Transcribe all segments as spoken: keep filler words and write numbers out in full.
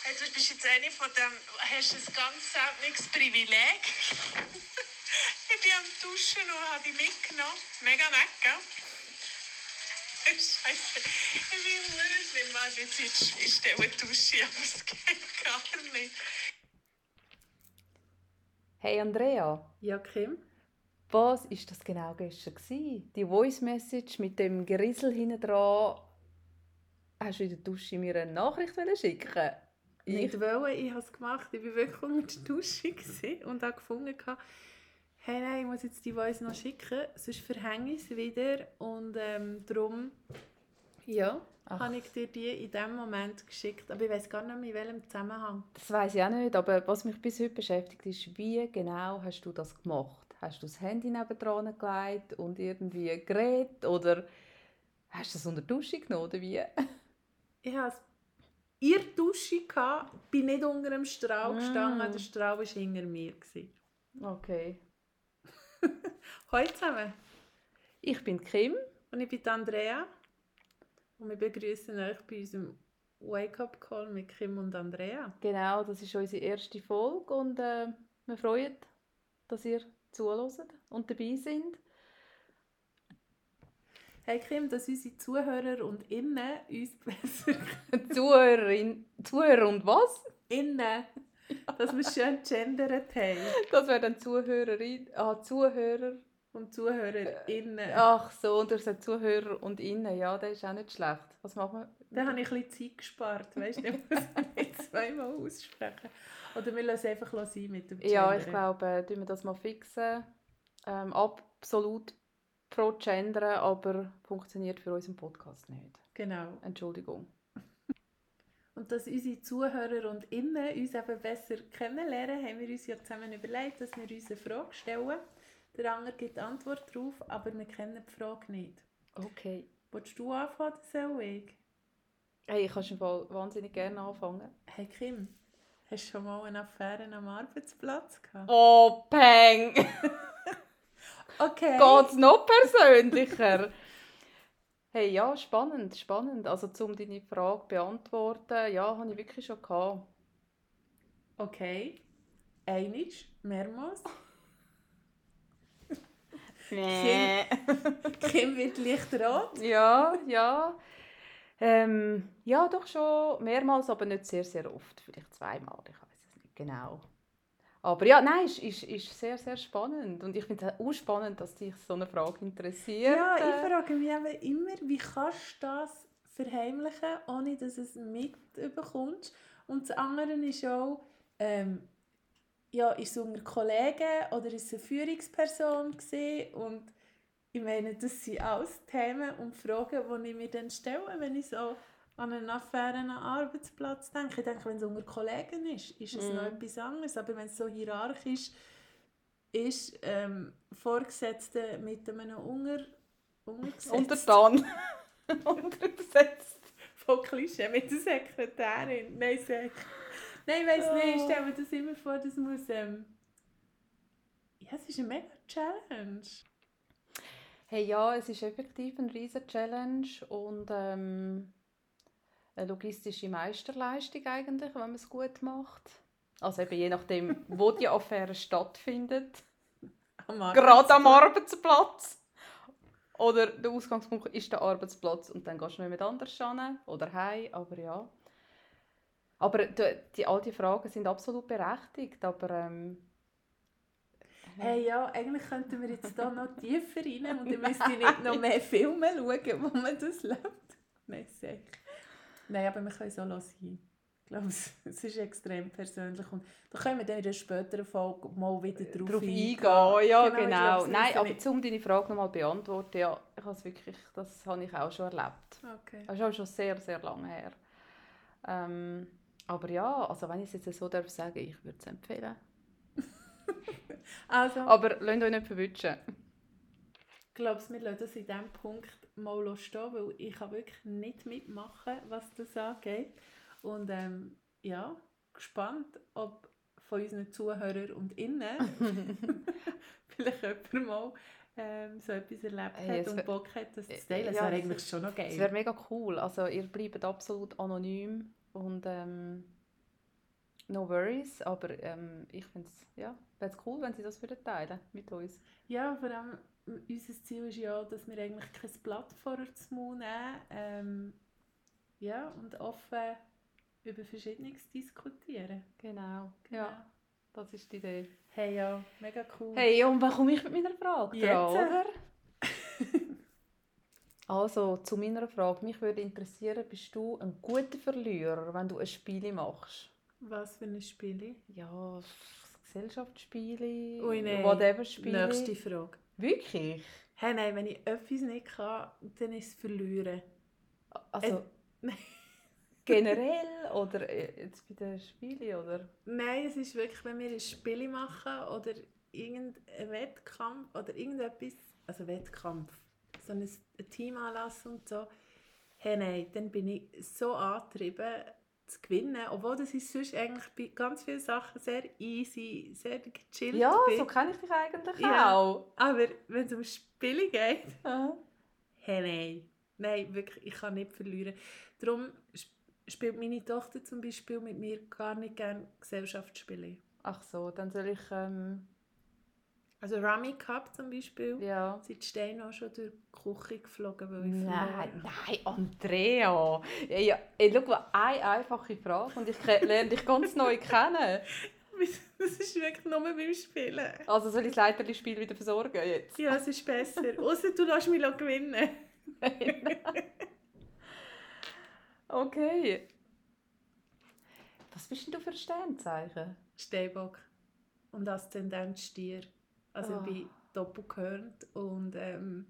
Hey, du bist jetzt eine von dem, hast ein ganz seltenes Privileg. Ich bin am Duschen und habe dich mitgenommen. Mega nett, gell? Scheiße. Ich bin immer schlimm. Also jetzt ist, ich stelle die Dusche, aber es geht gar nicht. Hey Andrea, Ja, Kim? was war das genau gestern gewesen? Die Voice Message mit dem Geriesel hinten dran. Hast du in der Dusche mir eine Nachricht schicken? Nicht wollen, ich habe es gemacht. Ich war wirklich unter der Dusche und habe gefunden, hey, nein, ich muss jetzt die Voice noch schicken, sonst verhänge ich es wieder. Und ähm, darum, ja, Ach. habe ich dir die in diesem Moment geschickt. Aber ich weiß gar nicht mehr, in welchem Zusammenhang. Das weiss ich auch nicht, aber was mich bis heute beschäftigt ist, wie genau hast du das gemacht? Hast du das Handy nebendran gelegt und irgendwie geredet oder hast du es unter die Dusche genommen oder wie? Ich hatte es in der Dusche, bin nicht unter dem Strahl Mm. gestanden, der Strahl war hinter mir. Okay. Hallo zusammen, Ich bin Kim. und ich bin die Andrea. Und wir begrüßen euch bei unserem Wake-up-Call mit Kim und Andrea. Genau, das ist unsere erste Folge und äh, wir freuen, dass ihr zuhört und dabei seid. Hey Kim, dass unsere Zuhörer und Innen uns besser Zuhörerin, Zuhörer und was? Innen, dass wir es schön gendert haben. Das wäre dann Zuhörerin, ah, Zuhörer. Und ZuhörerInnen. Ach so, und du sagst Zuhörer und Innen, ja, das ist auch nicht schlecht. Was machen wir? Da habe ich ein bisschen Zeit gespart, weißt du, ich muss nicht zweimal aussprechen. Oder wir lassen es einfach sein mit dem Gendern. Ja, ich glaube, äh, tun wir das mal fixen. Ähm, absolut pro Gendern, aber funktioniert für unseren Podcast nicht. Genau. Entschuldigung. Und dass unsere Zuhörer und Innen uns eben besser kennenlernen, haben wir uns ja zusammen überlegt, dass wir uns eine Frage stellen. Der andere gibt Antwort darauf, aber wir kennen die Frage nicht. Okay. Willst du anfangen, soll ich? Hey, ich kann schon wahnsinnig gerne anfangen. Hey Kim, hast du schon mal eine Affäre am Arbeitsplatz gehabt? Oh, Peng! Okay. Geht's noch persönlicher? Hey, ja, spannend, spannend. Also, um deine Frage zu beantworten, ja, habe ich wirklich schon gehabt. Okay. Einisch, mehrmals. Nee. Kim, Kim wird leicht rot. Ja, ja. Ähm, ja, doch schon mehrmals, aber nicht sehr, sehr oft. Vielleicht zweimal, ich weiß es nicht genau. Aber ja, nein, es ist, ist sehr, sehr spannend. Und ich finde es auch spannend, dass dich so eine Frage interessiert. Ja, ich frage mich eben immer, wie kannst du das verheimlichen, ohne dass du es mitbekommst. Und das andere ist auch, ähm, ja, ist es unter Kollegen oder ist es eine Führungsperson gewesen? Und ich meine, das sind alles Themen und Fragen, die ich mir dann stelle, wenn ich so an eine Affäre am Arbeitsplatz denke. Ich denke, wenn es unter Kollegen ist, ist es mm. noch etwas anderes. Aber wenn es so hierarchisch ist, ähm, Vorgesetzte mit einem Unter... Untertan. Untergesetzt. Voll Klischee, mit der Sekretärin. Nein, sag. Nein, ich weiss oh. nicht, ich stelle mir das immer vor, das muss... Ähm... Ja, es ist eine mega Challenge. Hey, ja, es ist effektiv eine riesige Challenge und ähm, eine logistische Meisterleistung eigentlich, wenn man es gut macht. Also eben je nachdem, wo die Affäre stattfindet. Am Gerade am Arbeitsplatz. Oder der Ausgangspunkt ist der Arbeitsplatz und dann gehst du noch jemand anders hin oder heim, aber ja. Aber die, all diese Fragen sind absolut berechtigt, aber... Ähm, Hey, ja, eigentlich könnten wir jetzt hier noch tiefer rein und ich müsste nicht noch mehr Filme schauen, wo man das lebt. Nein, sicher. Nein, aber wir können es auch sein. Ich glaube, es ist extrem persönlich und da können wir dann in einer späteren Folge mal wieder drauf, drauf eingehen. Ja, genau. genau. Glaub, Nein, aber nicht... um deine Frage nochmal zu beantworten, ja, ich habe wirklich, das habe ich auch schon erlebt. Okay. Das ist auch schon sehr, sehr lange her. Ähm, aber ja, also wenn ich es jetzt so darf sagen, ich würde es empfehlen. Also, aber lasst euch nicht verwünschen. Ich glaube, wir lassen das in diesem Punkt mal stehen, weil ich kann wirklich nicht mitmachen, was das angeht. Und ähm, ja, gespannt, ob von unseren Zuhörern und Innen vielleicht jemand mal ähm, so etwas erlebt hey, hat und wär, Bock hat, das zu teilen. Das ja, wäre eigentlich schon noch geil. Das wäre mega cool. Also ihr bleibt absolut anonym und ähm, no worries, aber ähm, ich finde es ja, wär's cool, wenn sie das würden teilen mit uns. Ja, vor allem unser Ziel ist ja, dass wir eigentlich kein Blatt vor den Mund nehmen ähm, ja, und offen über Verschiedenes diskutieren. Genau, Genau. ja, das ist die Idee. Hey, ja, mega cool. Hey, und wann komme ich mit meiner Frage dran, Jetzt? oder? Also, zu meiner Frage. Mich würde interessieren, bist du ein guter Verlierer, wenn du ein Spiel machst? Was für ein Spiel? Ja, Gesellschaftsspiele, Ui, nein. whatever Spiele. Nächste Frage. Wirklich? Hey, nein, wenn ich etwas nicht kann, dann ist es verlieren. Also, Äh, nein. generell oder äh, jetzt bei den Spielen, oder? Nein, es ist wirklich, wenn wir ein Spiel machen oder irgendein Wettkampf oder irgendetwas, also Wettkampf, so ein, ein Teamanlass und so, hey, nein, dann bin ich so angetrieben zu gewinnen, obwohl das ist sonst eigentlich bei ganz vielen Sachen sehr easy, sehr gechillt Ja, bin. so kenne ich dich eigentlich Ja. auch. Aber wenn es um Spiele geht, Aha. hey, nein, nein, wirklich, ich kann nicht verlieren. Darum sp- spielt meine Tochter zum Beispiel mit mir gar nicht gerne Gesellschaftsspiele. Ach so, dann soll ich, ähm, Also Rummy Cup zum Beispiel, ja. sind die Steine auch schon durch die Küche geflogen, weil ich Nein, verloren nein, Andrea. Ja, ja. Ey, schau mal, eine einfache Frage und ich ke- lerne dich ganz neu kennen. habe. Das ist wirklich nur beim Spielen. Also soll ich das Leiterli-Spiel wieder versorgen jetzt? Ja, es ist besser. Außer du lässt mich gewinnen. Okay. Was bist denn du für ein Sternzeichen? Steinbock und Aszendent Stier. Also Oh. ich bin doppelgehörnt und ähm,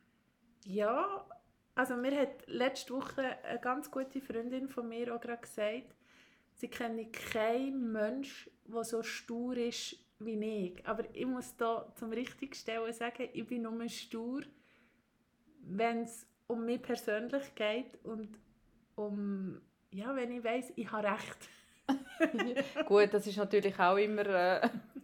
ja, also mir hat letzte Woche eine ganz gute Freundin von mir auch gerade gesagt, sie kenne keinen Menschen, der so stur ist wie ich. Aber ich muss da zum Richtigstellen sagen, ich bin nur stur, wenn es um mich persönlich geht und um, ja, wenn ich weiss, ich habe recht. Gut, das ist natürlich auch immer... Äh,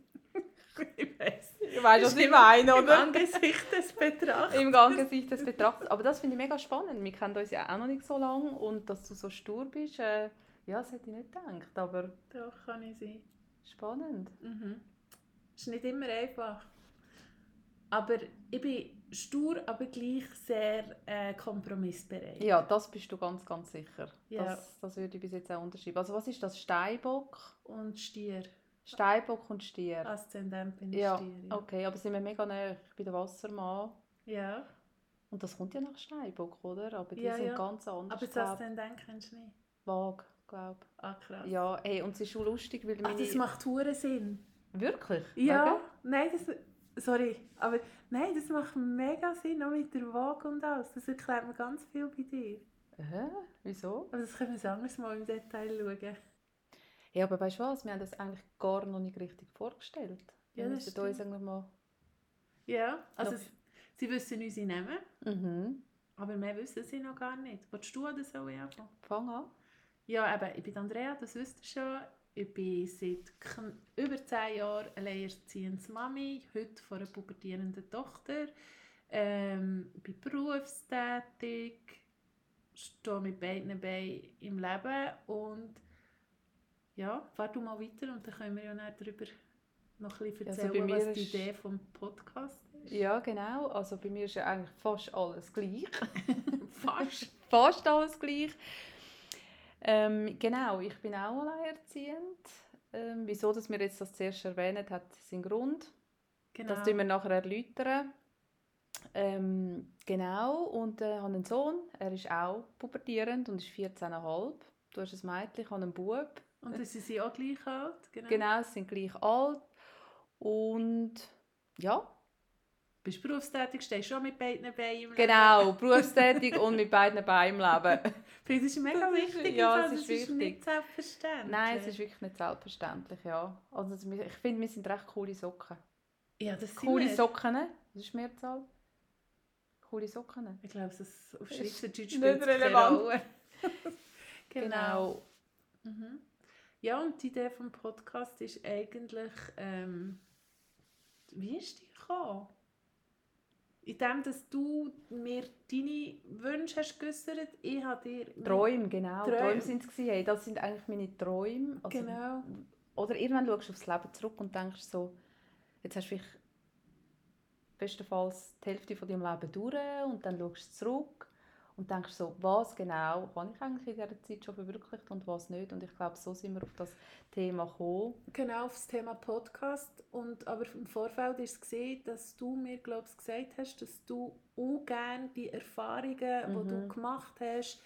Ich weiss. ich weiss, was Ist ich im- meine, Im oder? Angesicht des Betrachters. Im Angesicht des Betrachters. Aber das finde ich mega spannend. Wir kennen uns ja auch noch nicht so lange. Und dass du so stur bist, äh, ja, das hätte ich nicht gedacht. Aber Doch, kann ich sein. spannend. Mhm. Ist nicht immer einfach. Aber ich bin stur, aber gleich sehr äh, kompromissbereit. Ja, das bist du ganz, ganz sicher. Ja. Das, das würde ich bis jetzt auch unterschreiben. Also was ist das? Steinbock? Und Stier. Steinbock und Stier. Aszendent bin ich Ja, Stier. Ja. okay, aber sind wir mega nah bei der Wassermann. Ja. Und das kommt ja nach Steinbock, oder? Aber die Ja, sind ja. ganz anders. Aber das glaub, Aszendent kennst du nicht. vage, glaube Ah, krass. Ja, hey, und es ist schon lustig, weil Ah, meine... das macht hure Sinn. Wirklich? Ja, Wegen? nein, das... Sorry, aber nein, das macht mega Sinn, auch mit der Waage und alles. Das erklärt mir ganz viel bei dir. Hä? Wieso? Aber das können wir ein anderes Mal im Detail schauen. Ja, aber weißt du was? Wir haben das eigentlich gar noch nicht richtig vorgestellt. Wir Ja, das müssen uns eigentlich mal... Ja, also Noch- s- sie wissen unsere Namen, Mhm. aber wir wissen sie noch gar nicht. Willst du oder soll ich anfangen? Fang an. Ja, eben, ich bin Andrea, das wisst ihr schon. Ich bin seit kn- über zehn Jahren alleinerziehende Mami, heute von einer pubertierenden Tochter. Ähm, ich bin berufstätig, stehe mit beiden Beinen im Leben und ja, fahr du mal weiter und dann können wir ja dann darüber noch ein bisschen Also erzählen, bei mir was die ist- Idee vom Podcast ist. Ja, genau. Also bei mir ist ja eigentlich fast alles gleich. Fast. Fast alles gleich. Ähm, genau, ich bin auch alleinerziehend. Ähm, wieso dass wir jetzt das zuerst erwähnen, hat seinen Grund. Genau. Das tun wir nachher erläutern. Ähm, genau, und äh, habe einen Sohn. Er ist auch pubertierend und ist vierzehn Komma fünf. Du hast ein Mädchen, ich habe einen Bub. Und sie sind auch gleich alt, genau. Genau, sie sind gleich alt. Und ja, Bist berufstätig, stehst schon mit beiden Beinen im Leben. genau, berufstätig und mit beiden Beinen im Leben. Das ist mega Das ist- wichtig. ja, im Fall. es ist das wichtig. ist nicht selbstverständlich. Nein, es ist wirklich nicht selbstverständlich, ja. Also ich finde, wir sind recht coole Socken. Ja, das sind Coole wir. Socken, das ist Mehrzahl. Coole Socken. Ich glaube, das auf Ist Schweizerdeutsch nicht spielt es keine relevant. Rolle. Genau. Mhm. Ja, und die Idee vom Podcast ist eigentlich, ähm, wie ist die gekommen? in dem, dass du mir deine Wünsche hast geäussert, ich habe dir... Träume, genau. Träume. Träume sind es gewesen. Hey, das sind eigentlich meine Träume. Also, Genau. oder irgendwann schaust du aufs Leben zurück und denkst so, jetzt hast du vielleicht bestenfalls die Hälfte von deinem Leben durch und dann schaust du zurück und denkst so, was genau habe ich eigentlich in dieser Zeit schon verwirklicht und was nicht. Und ich glaube, so sind wir auf das Thema gekommen. Genau, auf das Thema Podcast. Und, aber im Vorfeld war es gesehen, dass du mir, glaube ich, gesagt hast, dass du auch gerne die Erfahrungen, Mhm. die du gemacht hast,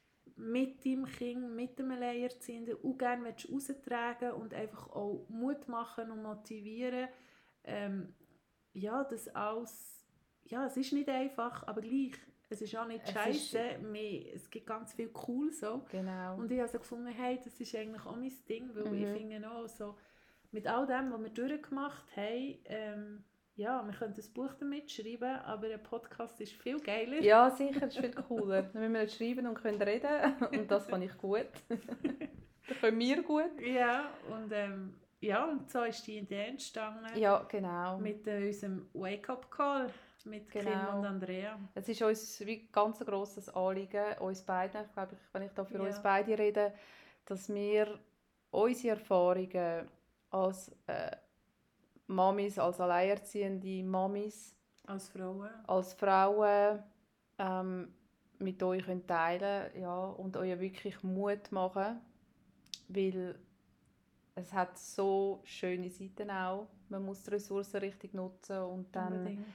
mit deinem Kind, mit dem Alleinerziehenden, auch gerne raustragen und einfach auch Mut machen und motivieren. Ähm, ja, das alles, ja, es ist nicht einfach, aber gleich, es ist auch nicht Es scheiße. Es gibt ganz viel cool so. Genau. Und ich habe so gefunden, hey, das ist eigentlich auch mein Ding, weil Mhm. ich finde auch so, mit all dem, was wir durchgemacht haben, ähm, ja, wir können ein Buch damit schreiben, aber ein Podcast ist viel geiler. Ja, sicher, das ist viel cooler. Dann müssen wir nicht schreiben und können reden und das kann ich gut. Das können wir gut. Ja, und ähm, ja, und so ist die Idee entstanden. Ja, genau. Mit äh, unserem Wake-up-Call mit Genau. Kim und Andrea. Es ist uns wie ganz ein grosses Anliegen, uns beiden, ich glaube, wenn ich da für Ja. uns beide rede, dass wir unsere Erfahrungen als äh, Mamis, als alleinerziehende Mamis, Als Frauen. als Frauen ähm, mit euch können teilen können, ja, und euch wirklich Mut machen, weil es hat so schöne Seiten auch. Man muss die Ressourcen richtig nutzen und dann... Unbedingt.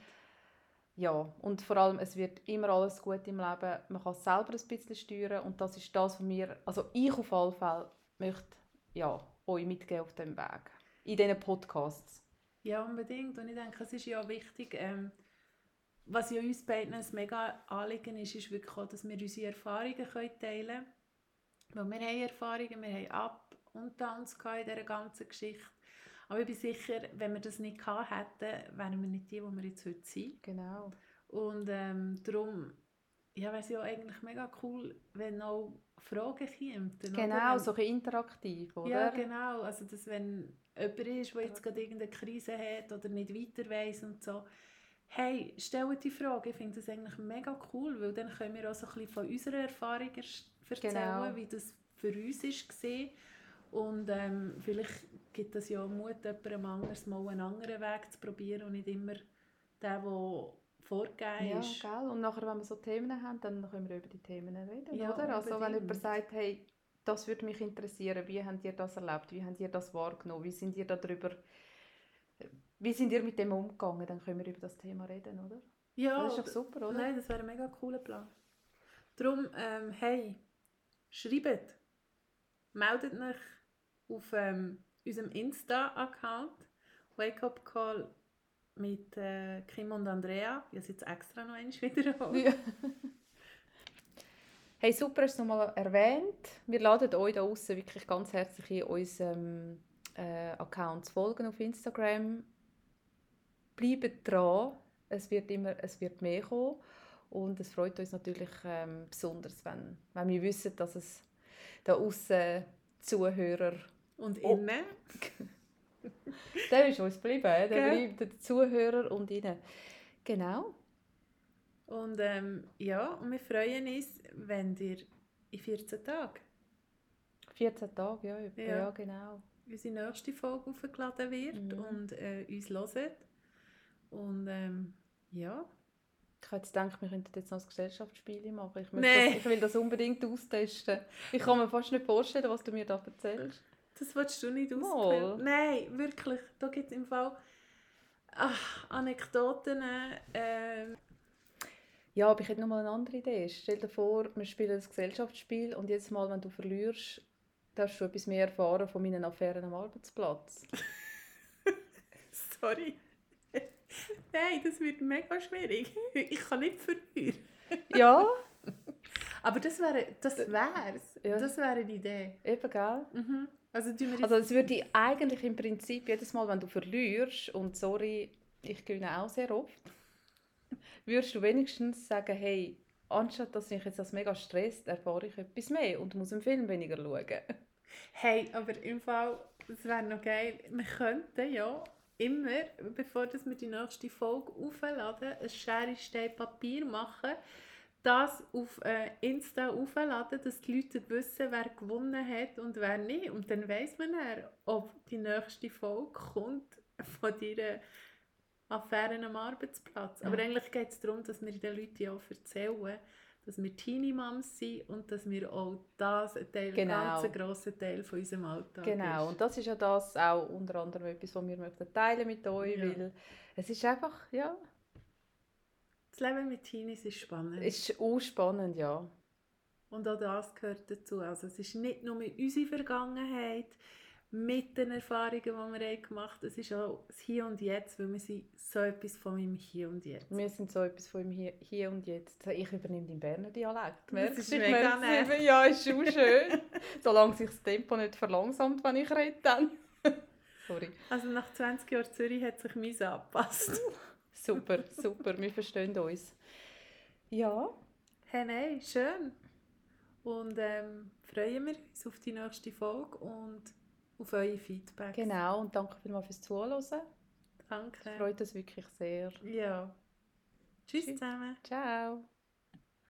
Ja, und vor allem, es wird immer alles gut im Leben. Man kann es selber ein bisschen steuern und das ist das, was wir, also ich auf alle Fälle möchte ja, euch mitgeben auf diesem Weg. In diesen Podcasts. Ja, unbedingt. Und ich denke, es ist ja auch wichtig, ähm, was ja uns beiden ein mega Anliegen ist, ist wirklich auch, dass wir unsere Erfahrungen können teilen können. Weil wir haben Erfahrungen, wir haben Up- und Downs in dieser ganzen Geschichte. Aber ich bin sicher, wenn wir das nicht gehabt hätten, wären wir nicht die, die wir jetzt heute sind. Genau. Und ähm, darum, ja, wäre es ja eigentlich mega cool, wenn auch Fragen kämen. Genau, so ein bisschen interaktiv, oder? Ja, genau. Also, dass wenn jemand ist, der jetzt gerade irgendeine Krise hat oder nicht weiter weiss und so, hey, stellt die Frage. Ich finde das eigentlich mega cool, weil dann können wir auch so ein bisschen von unserer Erfahrung erst erzählen, Genau. wie das für uns war. Und ähm, vielleicht gibt es ja Mut, jemandem anders mal einen anderen Weg zu probieren und nicht immer den, der vorgegeben Ja, ist. gell? Und nachher, wenn wir so Themen haben, dann können wir über die Themen reden, Ja, oder? Also wenn unbedingt. jemand sagt, hey, das würde mich interessieren, wie habt ihr das erlebt, wie habt ihr das wahrgenommen, wie sind ihr darüber, wie sind ihr mit dem umgegangen, dann können wir über das Thema reden, oder? Ja, Das ist doch super, oder? Nein, das wäre ein mega cooler Plan. Darum, ähm, hey, schreibt, meldet euch auf ähm, unserem Insta-Account Wake Up Call mit äh, Kim und Andrea. Ich habe es jetzt extra noch einmal wiederholt. Ja. Hey, super, hast du es nochmal erwähnt. Wir laden euch da draussen wirklich ganz herzlich in unserem äh, Account zu folgen auf Instagram. Bleibt dran, es wird immer, es wird mehr kommen. Und es freut uns natürlich ähm, besonders, wenn, wenn wir wissen, dass es da draussen Zuhörer... Und Oh. innen. Der ist uns geblieben, der Gell? bleibt der Zuhörer und innen. Genau. Und ähm, ja, und wir freuen uns, wenn ihr in vierzehn Tagen vierzehn Tage, ja, ja. Ja. ja genau. unsere nächste Folge aufgeladen wird Mhm. und äh, uns hört. Und ähm, ja. Ich habe jetzt gedacht, wir könnten jetzt noch ein Gesellschaftsspiel machen. Ich, möchte Nee. das, ich will das unbedingt austesten. Ich kann mir fast nicht vorstellen, was du mir da erzählst. Das willst du nicht Mal. ausprobieren? Nein, wirklich. Da gibt es im Fall ach, Anekdoten. Äh, Ja, aber ich hätte noch mal eine andere Idee. Stell dir vor, wir spielen ein Gesellschaftsspiel und jedes Mal, wenn du verlierst, darfst du etwas mehr erfahren von meinen Affären am Arbeitsplatz. sorry. Nein, das wird mega schwierig. Ich kann nicht verlieren. Ja, Aber das wäre das wär's. Ja. Das wäre eine Idee. eben, gell? Mhm. Also, tun wir jetzt- Also es würde ich eigentlich im Prinzip jedes Mal, wenn du verlierst, und sorry, ich gewinne auch sehr oft, würdest du wenigstens sagen, hey, anstatt dass mich jetzt das mega stresst, erfahre ich etwas mehr und muss im Film weniger schauen. Hey, aber im Fall, das wäre noch geil. Wir könnten ja immer, bevor dass wir die nächste Folge aufladen, ein Schere, Stein, Papier machen, das auf äh, Insta aufladen, dass die Leute wissen, wer gewonnen hat und wer nicht. Und dann weiss man dann, ob die nächste Folge kommt von deiner Affäre am Arbeitsplatz. Aber Ja. eigentlich geht es darum, dass wir den Leuten auch erzählen, dass wir Teenie-Mums sind und dass wir auch das ein Teil, Genau. ganz ein grosser Teil von unserem Alltag Genau, ist. und das ist ja das auch unter anderem etwas, was wir möchten teilen mit euch, Ja. weil es ist einfach, ja, Das Leben mit Teenies ist spannend. es ist auch spannend, ja. Und auch das gehört dazu. Also es ist nicht nur unsere Vergangenheit mit den Erfahrungen, die wir haben gemacht haben, es ist auch das Hier und Jetzt, weil wir sind so etwas von meinem Hier und Jetzt. Wir sind so etwas von im Hier, Hier und Jetzt. Ich übernehme den Berner Dialekt. Das Merkst ist du? Ich mega merke es nett. eben. Ja, ist schon schön. Solange sich das Tempo nicht verlangsamt, wenn ich rede, dann. Sorry. Also nach zwanzig Jahren Zürich hat sich meins angepasst. Super, super. Wir verstehen uns. Ja. Hey, nein, schön. Und ähm, freuen wir uns auf die nächste Folge und auf eure Feedbacks. Genau. Und danke vielmals fürs Zuhören. Danke. Das freut uns wirklich sehr. Ja. Tschüss Tschüss. zusammen. Ciao.